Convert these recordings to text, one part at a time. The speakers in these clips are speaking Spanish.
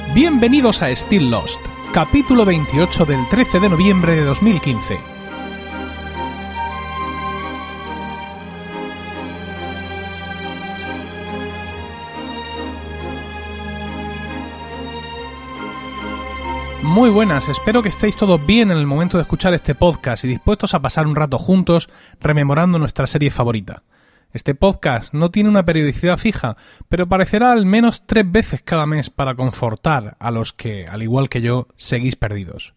Bienvenidos a Still Lost, capítulo 28 del 13 de noviembre de 2015. Muy buenas, espero que estéis todos bien en el momento de escuchar este podcast y dispuestos a pasar un rato juntos rememorando nuestra serie favorita. Este podcast no tiene una periodicidad fija, pero aparecerá al menos 3 veces cada mes para confortar a los que, al igual que yo, seguís perdidos.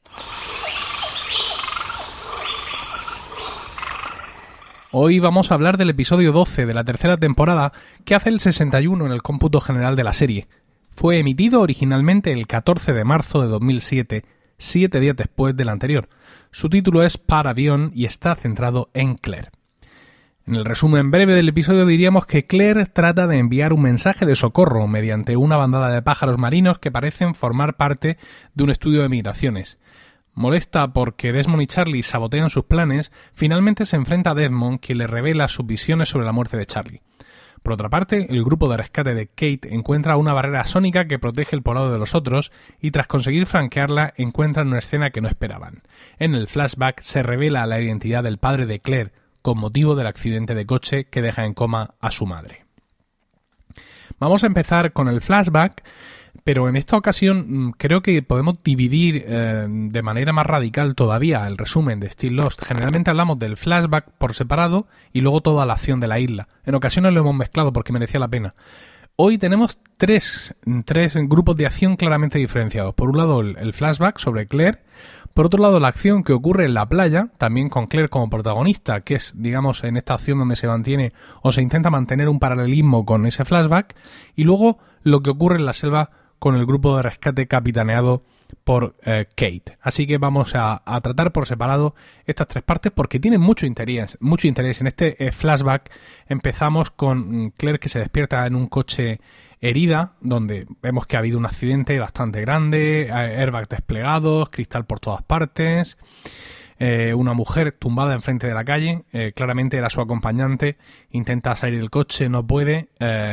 Hoy vamos a hablar del episodio 12 de la tercera temporada, que hace el 61 en el cómputo general de la serie. Fue emitido originalmente el 14 de marzo de 2007, 7 días después del anterior. Su título es Paravión y está centrado en Claire. En el resumen breve del episodio diríamos que Claire trata de enviar un mensaje de socorro mediante una bandada de pájaros marinos que parecen formar parte de un estudio de migraciones. Molesta porque Desmond y Charlie sabotean sus planes, finalmente se enfrenta a Desmond, quien le revela sus visiones sobre la muerte de Charlie. Por otra parte, el grupo de rescate de Kate encuentra una barrera sónica que protege el poblado de los otros y tras conseguir franquearla encuentran una escena que no esperaban. En el flashback se revela la identidad del padre de Claire, con motivo del accidente de coche que deja en coma a su madre. Vamos a empezar con el flashback, pero en esta ocasión creo que podemos dividir de manera más radical todavía el resumen de Still Lost. Generalmente hablamos del flashback por separado y luego toda la acción de la isla. En ocasiones lo hemos mezclado porque merecía la pena. Hoy tenemos tres grupos de acción claramente diferenciados. Por un lado el flashback sobre Claire, por otro lado la acción que ocurre en la playa, también con Claire como protagonista, que es, digamos, en esta acción donde se mantiene o se intenta mantener un paralelismo con ese flashback, y luego lo que ocurre en la selva con el grupo de rescate capitaneado por Kate. Así que vamos a tratar por separado estas 3 partes porque tienen mucho interés. En este flashback empezamos con Claire que se despierta en un coche herida, donde vemos que ha habido un accidente bastante grande, airbags desplegados, cristal por todas partes, una mujer tumbada enfrente de la calle, claramente era su acompañante, intenta salir del coche, no puede,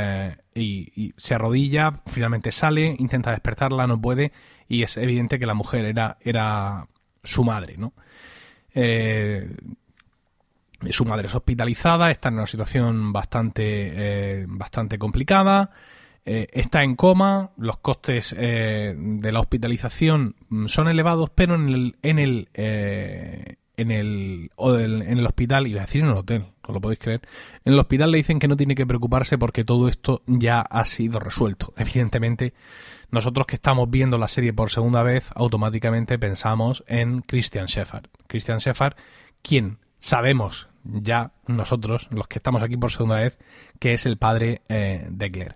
y se arrodilla, finalmente sale, intenta despertarla, no puede, y es evidente que la mujer era su madre, ¿no? Su madre es hospitalizada, está en una situación bastante complicada, está en coma, los costes de la hospitalización son elevados, pero en el hospital, iba a decir en el hotel, os lo podéis creer, en el hospital le dicen que no tiene que preocuparse porque todo esto ya ha sido resuelto. Evidentemente, nosotros que estamos viendo la serie por segunda vez, automáticamente pensamos en Christian Shephard. Christian Shephard, quien sabemos ya nosotros, los que estamos aquí por segunda vez, que es el padre de Claire.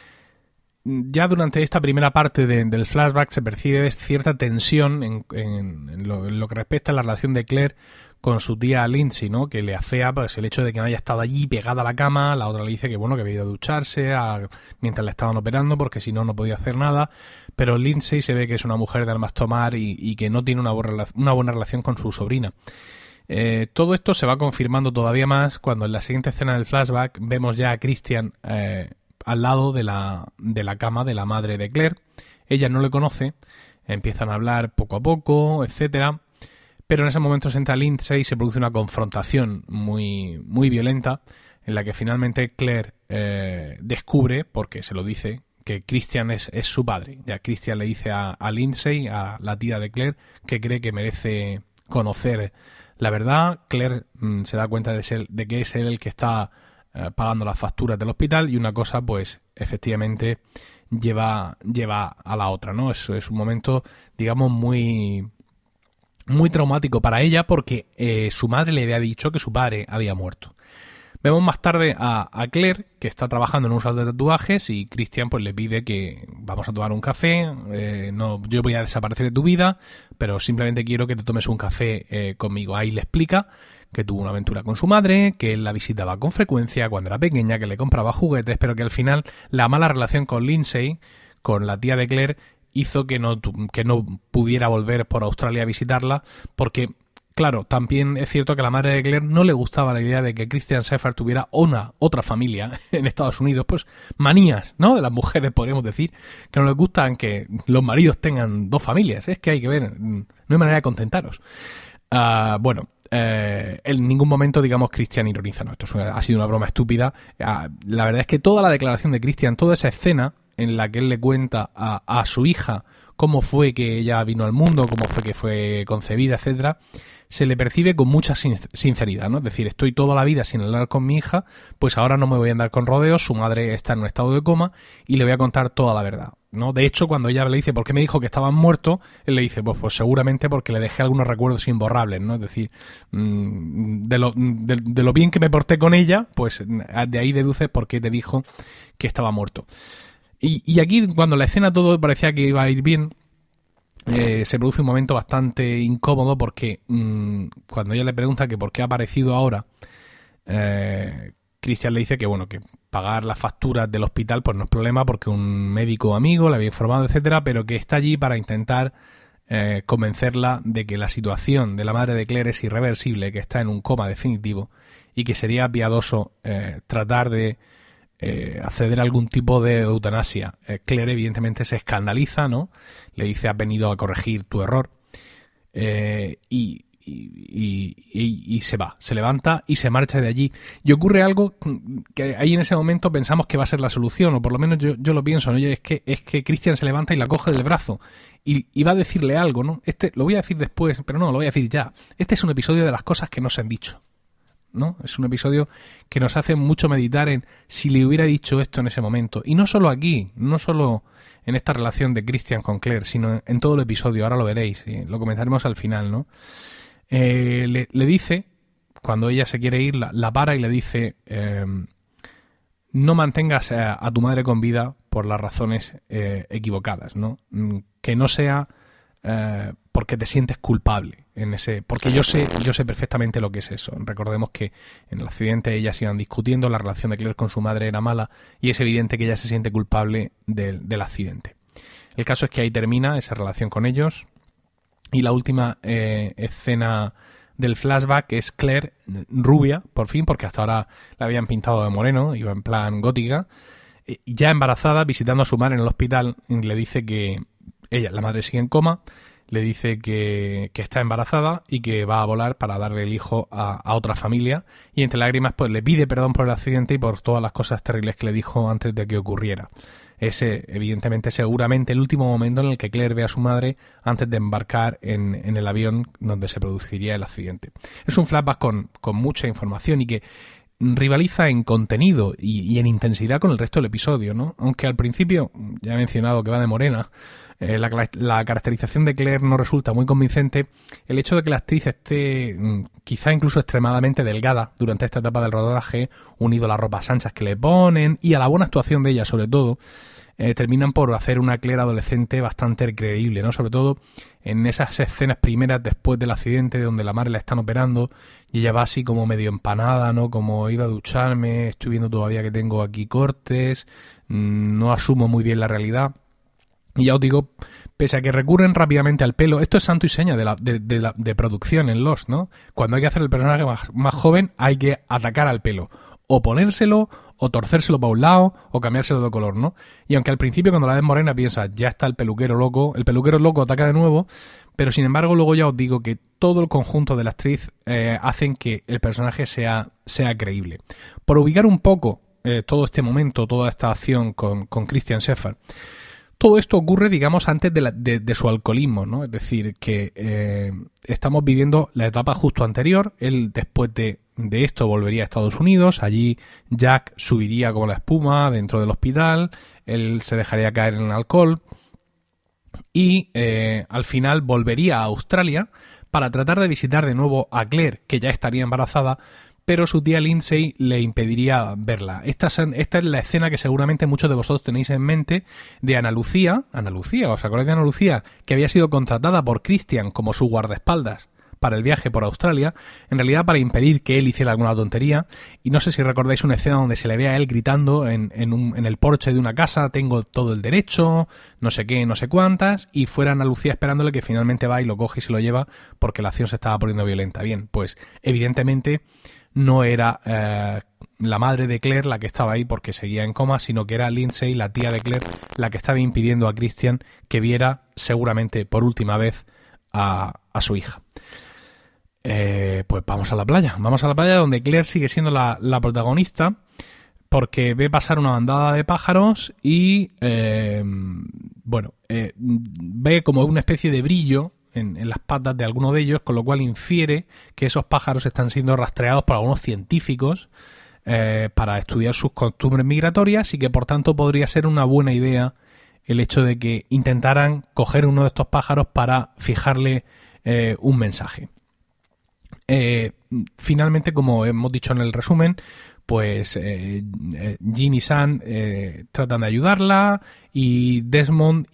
Ya durante esta primera parte del flashback se percibe cierta tensión en lo que respecta a la relación de Claire con su tía Lindsay, ¿no? Que le afea pues, el hecho de que no haya estado allí pegada a la cama. La otra le dice que bueno, que había ido a ducharse mientras le estaban operando porque si no, no podía hacer nada. Pero Lindsay se ve que es una mujer de armas tomar y que no tiene una buena relación con su sobrina. Todo esto se va confirmando todavía más cuando en la siguiente escena del flashback vemos ya a Christian al lado de la cama de la madre de Claire. Ella no le conoce, empiezan a hablar poco a poco, etcétera, pero en ese momento se entra Lindsay y se produce una confrontación muy, muy violenta en la que finalmente Claire descubre, porque se lo dice, que Christian es su padre. Ya Christian le dice a Lindsay, a la tía de Claire, que cree que merece conocer la verdad. Claire se da cuenta de que es él el que está pagando las facturas del hospital y una cosa pues efectivamente lleva a la otra, ¿no? Es un momento, digamos, muy muy traumático para ella porque su madre le había dicho que su padre había muerto. Vemos más tarde a Claire que está trabajando en un salón de tatuajes y Christian pues le pide que vamos a tomar un café, yo voy a desaparecer de tu vida, pero simplemente quiero que te tomes un café conmigo. Ahí le explica que tuvo una aventura con su madre, que él la visitaba con frecuencia cuando era pequeña, que le compraba juguetes, pero que al final la mala relación con Lindsay, con la tía de Claire, hizo que no pudiera volver por Australia a visitarla, porque claro, también es cierto que a la madre de Claire no le gustaba la idea de que Christian Shephard tuviera otra familia en Estados Unidos, pues manías, ¿no? De las mujeres, podríamos decir, que no les gustan que los maridos tengan dos familias. Es que hay que ver, no hay manera de contentaros. En ningún momento, digamos, Christian ironiza, no, esto ha sido una broma estúpida. La verdad es que toda la declaración de Christian, toda esa escena en la que él le cuenta a su hija cómo fue que ella vino al mundo, cómo fue que fue concebida, etcétera, se le percibe con mucha sinceridad, ¿no? Es decir, estoy toda la vida sin hablar con mi hija, pues ahora no me voy a andar con rodeos, su madre está en un estado de coma y le voy a contar toda la verdad, ¿no? De hecho, cuando ella le dice ¿por qué me dijo que estaban muertos?, él le dice pues seguramente porque le dejé algunos recuerdos imborrables, ¿no? Es decir, de lo bien que me porté con ella, pues de ahí deduces por qué te dijo que estaba muerto. Y aquí, cuando la escena todo parecía que iba a ir bien, se produce un momento bastante incómodo porque cuando ella le pregunta que por qué ha aparecido ahora, Christian le dice que bueno, que pagar las facturas del hospital pues no es problema porque un médico amigo le había informado, etcétera, pero que está allí para intentar convencerla de que la situación de la madre de Claire es irreversible, que está en un coma definitivo y que sería piadoso tratar de acceder a algún tipo de eutanasia. Claire evidentemente se escandaliza, ¿no? Le dice has venido a corregir tu error y se va, se levanta y se marcha de allí. Y ocurre algo que ahí en ese momento pensamos que va a ser la solución, o por lo menos yo lo pienso, ¿no? Es que Christian se levanta y la coge del brazo y va a decirle algo, ¿no? Lo voy a decir después, pero no, lo voy a decir ya. Este es un episodio de las cosas que no se han dicho, ¿no? Es un episodio que nos hace mucho meditar en si le hubiera dicho esto en ese momento. Y no solo aquí, no solo en esta relación de Christian con Claire, sino en todo el episodio. Ahora lo veréis, lo comentaremos al final, ¿no? Le dice, cuando ella se quiere ir, la para y le dice no mantengas a tu madre con vida por las razones equivocadas, ¿no? Que no sea porque te sientes culpable porque yo sé perfectamente lo que es eso. Recordemos que en el accidente ellas iban discutiendo, la relación de Claire con su madre era mala y es evidente que ella se siente culpable del accidente. El caso es que ahí termina esa relación con ellos y la última escena del flashback es Claire rubia, por fin, porque hasta ahora la habían pintado de moreno, iba en plan gótica, ya embarazada, visitando a su madre en el hospital, y le dice que la madre sigue en coma, le dice que está embarazada y que va a volar para darle el hijo a otra familia, y entre lágrimas pues le pide perdón por el accidente y por todas las cosas terribles que le dijo antes de que ocurriera. Ese, evidentemente, seguramente el último momento en el que Claire ve a su madre antes de embarcar en el avión donde se produciría el accidente. Es un flashback con mucha información y que rivaliza en contenido y en intensidad con el resto del episodio, ¿no? Aunque al principio, ya he mencionado que va de morena, la caracterización de Claire no resulta muy convincente. El hecho de que la actriz esté quizá incluso extremadamente delgada durante esta etapa del rodaje, unido a las ropas anchas que le ponen y a la buena actuación de ella sobre todo, terminan por hacer una Claire adolescente bastante creíble, ¿no? Sobre todo en esas escenas primeras después del accidente donde la madre la están operando y ella va así como medio empanada, ¿no? Como he ido a ducharme, estoy viendo todavía que tengo aquí cortes, no asumo muy bien la realidad. Y ya os digo, pese a que recurren rápidamente al pelo, esto es santo y seña de producción en Lost, ¿no? Cuando hay que hacer el personaje más joven hay que atacar al pelo. O ponérselo, o torcérselo para un lado, o cambiárselo de color, ¿no? Y aunque al principio cuando la ves morena piensas, ya está el peluquero loco ataca de nuevo, pero sin embargo luego ya os digo que todo el conjunto de la actriz hacen que el personaje sea creíble. Por ubicar un poco todo este momento, toda esta acción con Christian Shephard, todo esto ocurre, digamos, antes de su alcoholismo, ¿no? Es decir, que estamos viviendo la etapa justo anterior. Él, después de esto, volvería a Estados Unidos. Allí Jack subiría como la espuma dentro del hospital. Él se dejaría caer en el alcohol. Y al final volvería a Australia para tratar de visitar de nuevo a Claire, que ya estaría embarazada, pero su tía Lindsay le impediría verla. Esta es la escena que seguramente muchos de vosotros tenéis en mente de Ana Lucía, ¿os acordáis de Ana Lucía? Que había sido contratada por Christian como su guardaespaldas para el viaje por Australia, en realidad para impedir que él hiciera alguna tontería. Y no sé si recordáis una escena donde se le ve a él gritando en el porche de una casa: tengo todo el derecho, no sé qué, no sé cuántas, y fuera Ana Lucía esperándole, que finalmente va y lo coge y se lo lleva porque la acción se estaba poniendo violenta. Bien, pues evidentemente no era la madre de Claire la que estaba ahí porque seguía en coma, sino que era Lindsay, la tía de Claire, la que estaba impidiendo a Christian que viera seguramente por última vez a su hija. Pues vamos a la playa donde Claire sigue siendo la protagonista, porque ve pasar una bandada de pájaros y ve como una especie de brillo en las patas de alguno de ellos, con lo cual infiere que esos pájaros están siendo rastreados por algunos científicos para estudiar sus costumbres migratorias, y que por tanto podría ser una buena idea el hecho de que intentaran coger uno de estos pájaros para fijarle un mensaje. Finalmente, como hemos dicho en el resumen, pues Jean y Sam tratan de ayudarla, y Desmond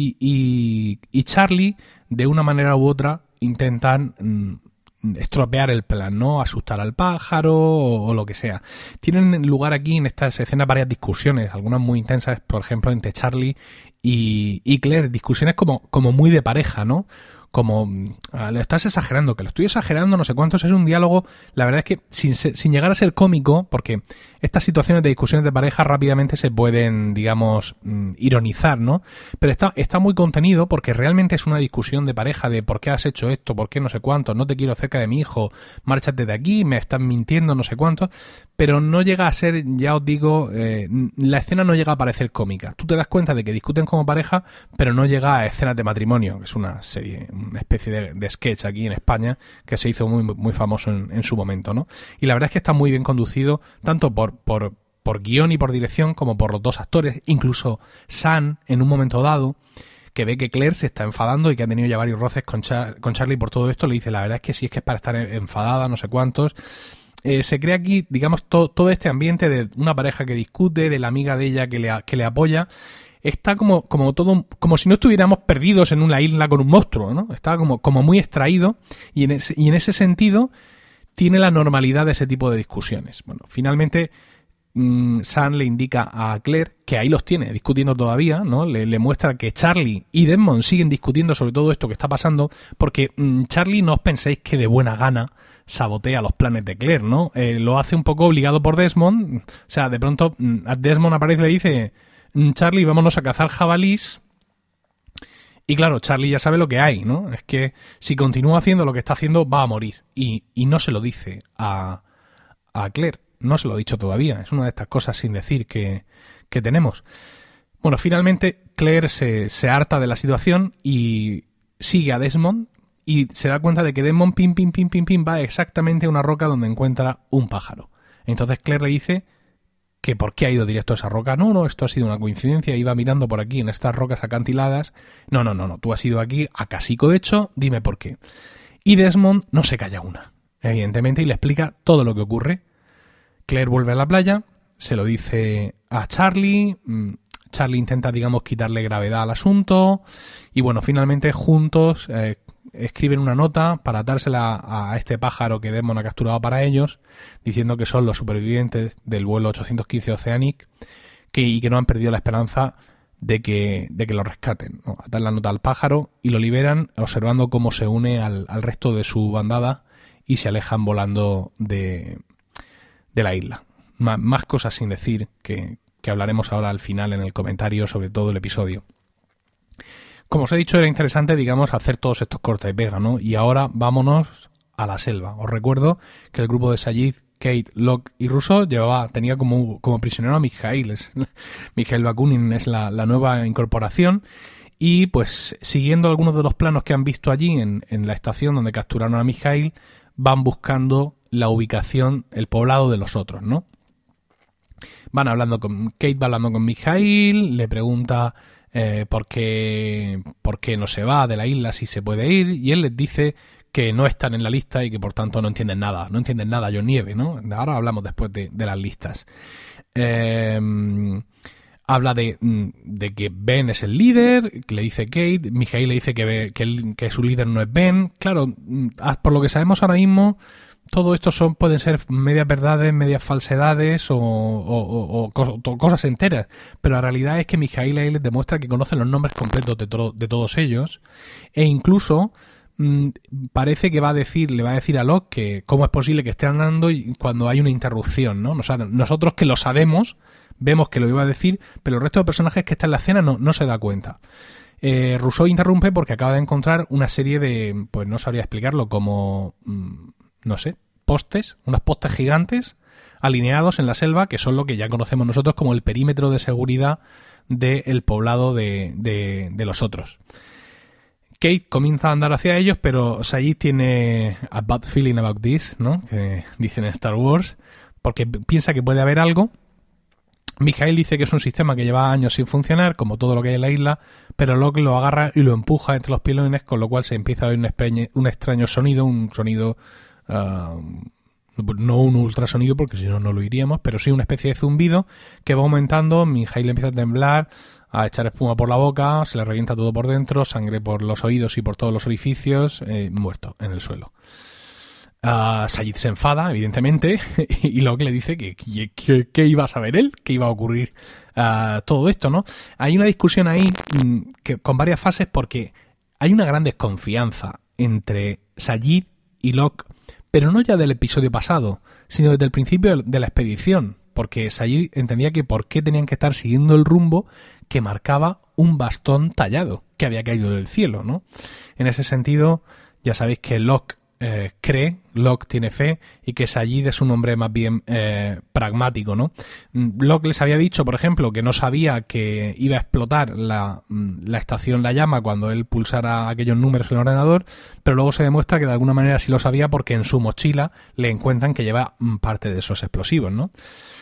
y Charlie, de una manera u otra, intentan estropear el plan, ¿no? Asustar al pájaro o lo que sea. Tienen lugar aquí en estas escenas varias discusiones, algunas muy intensas, por ejemplo, entre Charlie y Claire, discusiones como muy de pareja, ¿no? Como lo estás exagerando, que lo estoy exagerando, no sé cuántos. Es un diálogo, la verdad es que sin llegar a ser cómico, porque estas situaciones de discusiones de pareja rápidamente se pueden, digamos, ironizar, ¿no? Pero está muy contenido, porque realmente es una discusión de pareja de por qué has hecho esto, por qué no sé cuánto, no te quiero cerca de mi hijo, márchate de aquí, me estás mintiendo, no sé cuánto. Pero no llega a ser, ya os digo, la escena no llega a parecer cómica. Tú te das cuenta de que discuten como pareja, pero no llega a escenas de matrimonio, que es una serie, una especie de sketch aquí en España que se hizo muy, muy famoso en su momento, ¿no? Y la verdad es que está muy bien conducido, tanto por guión y por dirección, como por los dos actores. Incluso Sam, en un momento dado, que ve que Claire se está enfadando y que ha tenido ya varios roces con Charlie por todo esto, le dice: la verdad es que sí, es que es para estar enfadada, no sé cuántos. Se crea aquí, digamos, todo este ambiente de una pareja que discute, de la amiga de ella que le apoya. Está como todo, como si no estuviéramos perdidos en una isla con un monstruo, ¿no? Está como muy extraído, y en ese sentido tiene la normalidad de ese tipo de discusiones. Bueno, finalmente Sam le indica a Claire que ahí los tiene discutiendo todavía, ¿no? Le muestra que Charlie y Desmond siguen discutiendo sobre todo esto que está pasando, porque Charlie, no os penséis que de buena gana sabotea los planes de Claire, ¿no? Lo hace un poco obligado por Desmond. O sea, de pronto Desmond aparece y le dice: Charlie, vámonos a cazar jabalís. Y claro, Charlie ya sabe lo que hay, ¿no? Es que si continúa haciendo lo que está haciendo, va a morir. Y no se lo dice a Claire. No se lo ha dicho todavía. Es una de estas cosas sin decir que tenemos. Bueno, finalmente Claire se harta de la situación y sigue a Desmond, y se da cuenta de que Desmond pim, va exactamente a una roca donde encuentra un pájaro. Entonces Claire le dice que por qué ha ido directo a esa roca. No, esto ha sido una coincidencia, iba mirando por aquí en estas rocas acantiladas. No, tú has ido aquí a casico de hecho, dime por qué. Y Desmond no se calla una, evidentemente, y le explica todo lo que ocurre. Claire vuelve a la playa, se lo dice a Charlie. Charlie intenta, digamos, quitarle gravedad al asunto, y bueno, finalmente juntos escriben una nota para dársela a este pájaro que Desmond ha capturado para ellos, diciendo que son los supervivientes del vuelo 815 Oceanic y que no han perdido la esperanza de que lo rescaten, ¿no? Dan la nota al pájaro y lo liberan, observando cómo se une al resto de su bandada y se alejan volando de la isla. Más cosas sin decir que hablaremos ahora al final en el comentario sobre todo el episodio. Como os he dicho, era interesante, digamos, hacer todos estos corta y pega, ¿no? Y ahora vámonos a la selva. Os recuerdo que el grupo de Sayid, Kate, Locke y Rousseau tenía como prisionero a Mikhail. Mikhail Bakunin es la nueva incorporación. Y pues siguiendo algunos de los planos que han visto allí en la estación donde capturaron a Mikhail, van buscando la ubicación, el poblado de los otros, ¿no? Kate va hablando con Mikhail, le pregunta por qué no se va de la isla, si se puede ir, y él les dice que no están en la lista y que por tanto no entienden nada John Nieve, ¿no? Ahora hablamos después de las listas. habla de que Ben es el líder, que le dice Kate, Mijail le dice que su líder no es Ben. Claro, por lo que sabemos ahora mismo, todo esto pueden ser medias verdades, medias falsedades o cosas enteras. Pero la realidad es que Mijail ahí les demuestra que conoce los nombres completos de todos ellos. E incluso parece que le va a decir a Locke que cómo es posible que esté andando cuando hay una interrupción, ¿no? O sea, nosotros que lo sabemos, vemos que lo iba a decir, pero el resto de personajes que está en la escena no se da cuenta. Rousseau interrumpe porque acaba de encontrar una serie de, pues no sabría explicarlo, como no sé, unos postes gigantes alineados en la selva, que son lo que ya conocemos nosotros como el perímetro de seguridad del poblado de los otros. Kate comienza a andar hacia ellos, pero Sayid tiene a bad feeling about this, ¿no? Que dicen en Star Wars, porque piensa que puede haber algo. Mijail dice que es un sistema que lleva años sin funcionar, como todo lo que hay en la isla, pero Locke lo agarra y lo empuja entre los pilones, con lo cual se empieza a oír un extraño sonido, un sonido, no un ultrasonido, porque si no lo oiríamos, pero sí una especie de zumbido que va aumentando. Mijail empieza a temblar, a echar espuma por la boca, se le revienta todo por dentro, sangre por los oídos y por todos los orificios, muerto en el suelo. Sayid se enfada, evidentemente, y Locke le dice que iba a saber él, que iba a ocurrir todo esto, ¿no? Hay una discusión ahí con varias fases, porque hay una gran desconfianza entre Sayid y Locke, pero no ya del episodio pasado, sino desde el principio de la expedición, porque Sayid entendía que por qué tenían que estar siguiendo el rumbo que marcaba un bastón tallado que había caído del cielo, ¿no? En ese sentido, ya sabéis que Locke tiene fe, y que Sayid es un hombre más bien pragmático, ¿no? Locke les había dicho, por ejemplo, que no sabía que iba a explotar la estación La Llama cuando él pulsara aquellos números en el ordenador, pero luego se demuestra que de alguna manera sí lo sabía, porque en su mochila le encuentran que lleva parte de esos explosivos, ¿no?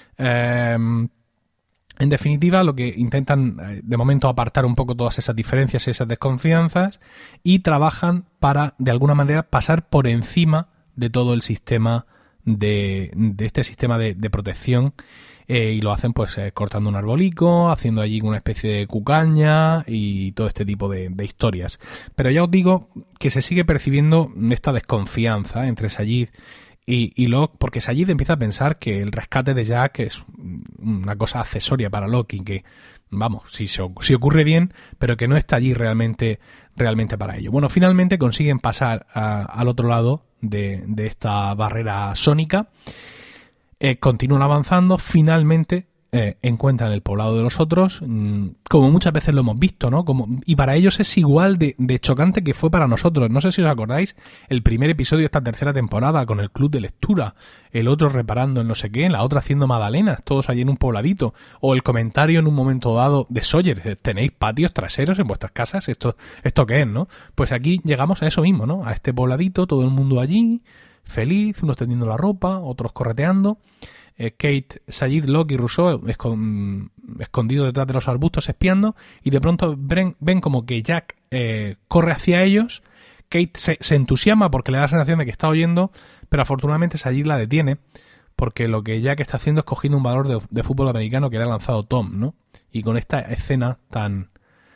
En definitiva, lo que intentan de momento apartar un poco todas esas diferencias y esas desconfianzas, y trabajan para, de alguna manera, pasar por encima de todo el sistema de este sistema de protección, y lo hacen pues cortando un arbolico, haciendo allí una especie de cucaña y todo este tipo de historias. Pero ya os digo que se sigue percibiendo esta desconfianza entre Sayid y Locke, porque Sayid empieza a pensar que el rescate de Jack es una cosa accesoria para Locke, y que, vamos, si ocurre bien, pero que no está allí realmente para ello. Bueno, finalmente consiguen pasar al otro lado de esta barrera sónica, continúan avanzando, finalmente encuentran el poblado de los otros, como muchas veces lo hemos visto, ¿no? Y para ellos es igual de chocante que fue para nosotros. No sé si os acordáis, el primer episodio de esta tercera temporada, con el club de lectura, el otro reparando en no sé qué, la otra haciendo magdalenas, todos allí en un pobladito, o el comentario en un momento dado de Sawyer: ¿tenéis patios traseros en vuestras casas? ¿Esto qué es, no? Pues aquí llegamos a eso mismo, ¿no? A este pobladito, todo el mundo allí, feliz, unos tendiendo la ropa, otros correteando. Kate, Sayid, Locke y Rousseau escondidos detrás de los arbustos espiando, y de pronto ven como que Jack corre hacia ellos. Kate se entusiasma porque le da la sensación de que está oyendo, pero afortunadamente Sayid la detiene, porque lo que Jack está haciendo es cogiendo un valor de fútbol americano que le ha lanzado Tom, ¿no? Y con esta escena tan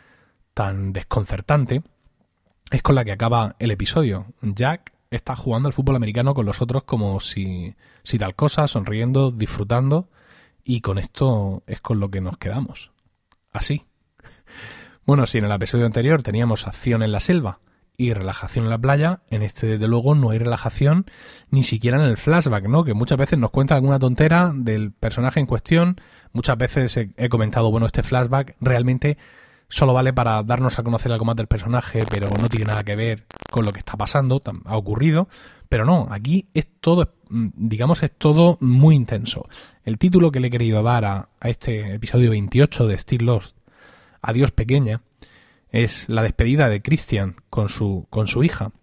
desconcertante es con la que acaba el episodio. Jack está jugando al fútbol americano con los otros como si tal cosa, sonriendo, disfrutando, y con esto es con lo que nos quedamos. Así. Bueno, si en el episodio anterior teníamos acción en la selva y relajación en la playa, en este desde luego no hay relajación ni siquiera en el flashback, ¿no? Que muchas veces nos cuenta alguna tontera del personaje en cuestión. Muchas veces he comentado, bueno, este flashback realmente solo vale para darnos a conocer algo más del personaje, pero no tiene nada que ver con lo que está pasando, ha ocurrido. Pero no, aquí es todo, digamos, es todo muy intenso. El título que le he querido dar a este episodio 28 de Still Lost, Adiós Pequeña, es la despedida de Christian con su hija.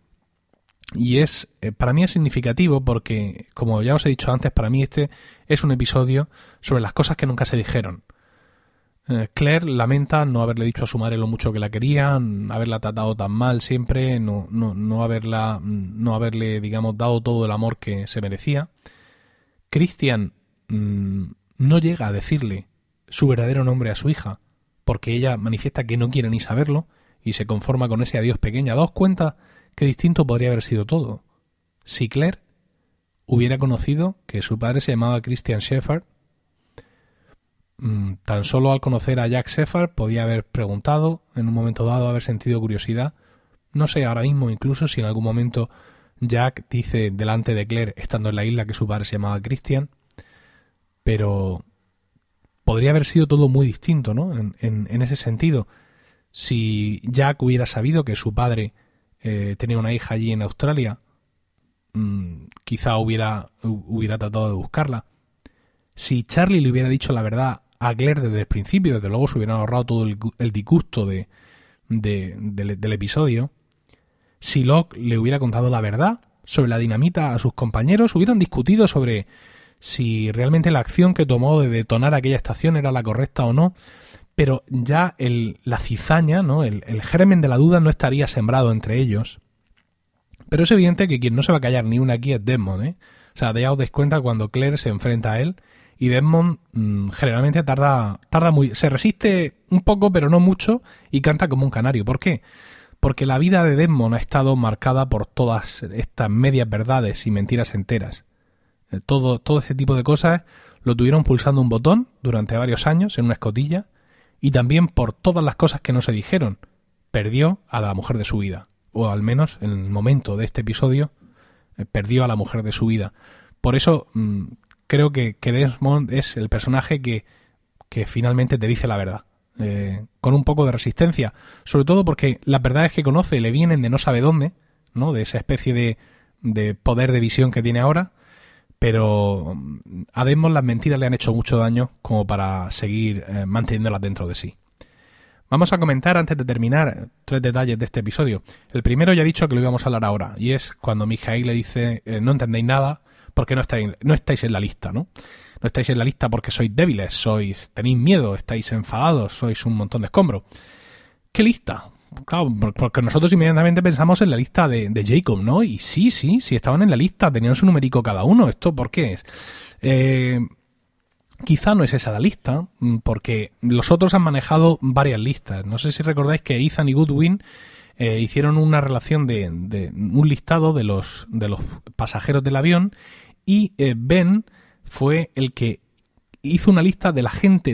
Y para mí es significativo porque, como ya os he dicho antes, para mí este es un episodio sobre las cosas que nunca se dijeron. Claire lamenta no haberle dicho a su madre lo mucho que la quería, haberla tratado tan mal siempre, no haberle, digamos, dado todo el amor que se merecía. Christian no llega a decirle su verdadero nombre a su hija, porque ella manifiesta que no quiere ni saberlo y se conforma con ese adiós pequeña. Daos cuenta qué distinto podría haber sido todo si Claire hubiera conocido que su padre se llamaba Christian Shephard. Tan solo al conocer a Jack Shephard podía haber preguntado, en un momento dado haber sentido curiosidad. No sé ahora mismo incluso si en algún momento Jack dice delante de Claire, estando en la isla, que su padre se llamaba Christian, pero podría haber sido todo muy distinto, ¿no? En ese sentido, si Jack hubiera sabido que su padre tenía una hija allí en Australia, quizá hubiera tratado de buscarla. Si Charlie le hubiera dicho la verdad a Claire desde el principio, desde luego se hubieran ahorrado todo el disgusto del episodio. Si Locke le hubiera contado la verdad sobre la dinamita a sus compañeros, hubieran discutido sobre si realmente la acción que tomó de detonar aquella estación era la correcta o no, pero ya la cizaña, ¿no? el germen de la duda no estaría sembrado entre ellos. Pero es evidente que quien no se va a callar ni una aquí es Desmond, ¿eh? O sea, ya os dais cuenta cuando Claire se enfrenta a él, y Desmond generalmente se resiste un poco, pero no mucho, y canta como un canario. ¿Por qué? Porque la vida de Desmond ha estado marcada por todas estas medias verdades y mentiras enteras. Todo ese tipo de cosas lo tuvieron pulsando un botón durante varios años en una escotilla, y también por todas las cosas que no se dijeron. Perdió a la mujer de su vida, o al menos en el momento de este episodio perdió a la mujer de su vida. Por eso creo que Desmond es el personaje que finalmente te dice la verdad. Con un poco de resistencia, sobre todo porque las verdades que conoce le vienen de no sabe dónde, ¿no? De esa especie de poder de visión que tiene ahora, pero a Desmond las mentiras le han hecho mucho daño como para seguir manteniéndolas dentro de sí. Vamos a comentar, antes de terminar, 3 detalles de este episodio. El primero ya he dicho que lo íbamos a hablar ahora, y es cuando Mijail le dice no entendéis nada porque no estáis en la lista, ¿no? No estáis en la lista porque sois débiles, tenéis miedo, estáis enfadados, sois un montón de escombros. ¿Qué lista? Claro, porque nosotros inmediatamente pensamos en la lista de Jacob, ¿no? Y sí, estaban en la lista, tenían su numerico cada uno. ¿Esto por qué es? Quizá no es esa la lista, porque los otros han manejado varias listas. No sé si recordáis que Ethan y Goodwin hicieron una relación de un listado de los pasajeros del avión, y Ben fue el que hizo una lista de la gente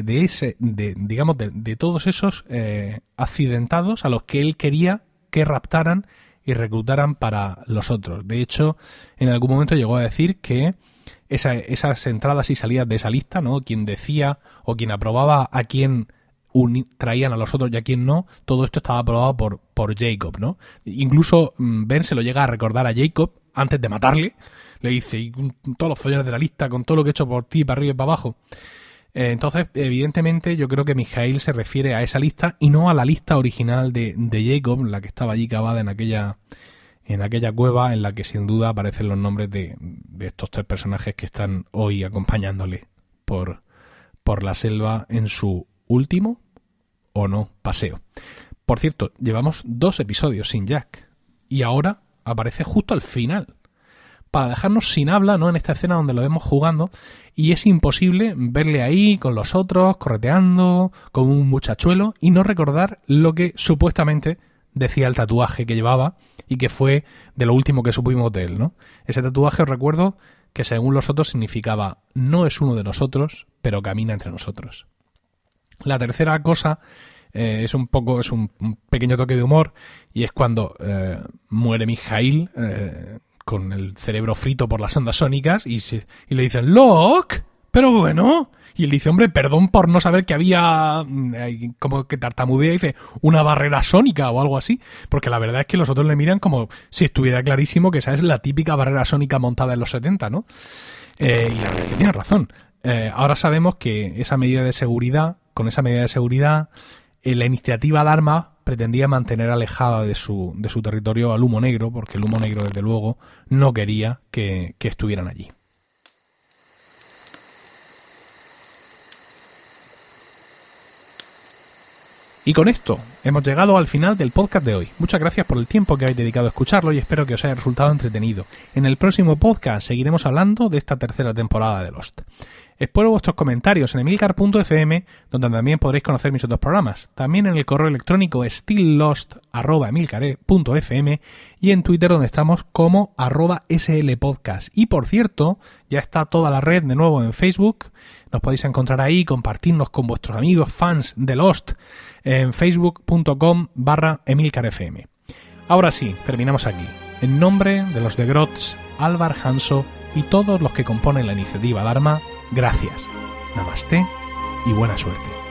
de todos esos accidentados a los que él quería que raptaran y reclutaran para los otros. De hecho, en algún momento llegó a decir que esas entradas y salidas de esa lista, ¿no? Quien decía o quien aprobaba a quién traían a los otros y a quién no, todo esto estaba aprobado por Jacob, ¿no? Incluso Ben se lo llega a recordar a Jacob antes de matarle. Le dice, y con todos los follones de la lista, con todo lo que he hecho por ti, para arriba y para abajo. Entonces, evidentemente, yo creo que Mijail se refiere a esa lista y no a la lista original de Jacob, la que estaba allí cavada en aquella cueva, en la que sin duda aparecen los nombres de estos 3 personajes que están hoy acompañándole por la selva en su último o no paseo. Por cierto, llevamos 2 episodios sin Jack y ahora aparece justo al final, para dejarnos sin habla, ¿no? En esta escena donde lo vemos jugando, y es imposible verle ahí con los otros, correteando, como un muchachuelo, y no recordar lo que supuestamente decía el tatuaje que llevaba y que fue de lo último que supimos de él, ¿no? Ese tatuaje, os recuerdo que según los otros significaba no es uno de nosotros, pero camina entre nosotros. La tercera cosa es un pequeño toque de humor, y es cuando muere Mijail con el cerebro frito por las ondas sónicas y le dicen Locke, pero bueno, y él dice, hombre, perdón por no saber que había, como que tartamudea, y dice una barrera sónica o algo así, porque la verdad es que los otros le miran como si estuviera clarísimo que esa es la típica barrera sónica montada en los 70, ¿no? Y la verdad es que tiene razón. Ahora sabemos que con esa medida de seguridad, la iniciativa Dharma pretendía mantener alejada de su territorio al humo negro, porque el humo negro, desde luego, no quería que estuvieran allí. Y con esto hemos llegado al final del podcast de hoy. Muchas gracias por el tiempo que habéis dedicado a escucharlo y espero que os haya resultado entretenido. En el próximo podcast seguiremos hablando de esta tercera temporada de Lost. Espero vuestros comentarios en emilcar.fm, donde también podréis conocer mis otros programas. También en el correo electrónico stilllost@emilcar.fm y en Twitter, donde estamos como @slpodcast. Y por cierto, ya está toda la red de nuevo en Facebook. Nos podéis encontrar ahí, compartirnos con vuestros amigos fans de Lost en facebook.com/emilcarfm. Ahora sí, terminamos aquí. En nombre de los de Grots, Álvar Hanso y todos los que componen la iniciativa Dharma, gracias, namaste y buena suerte.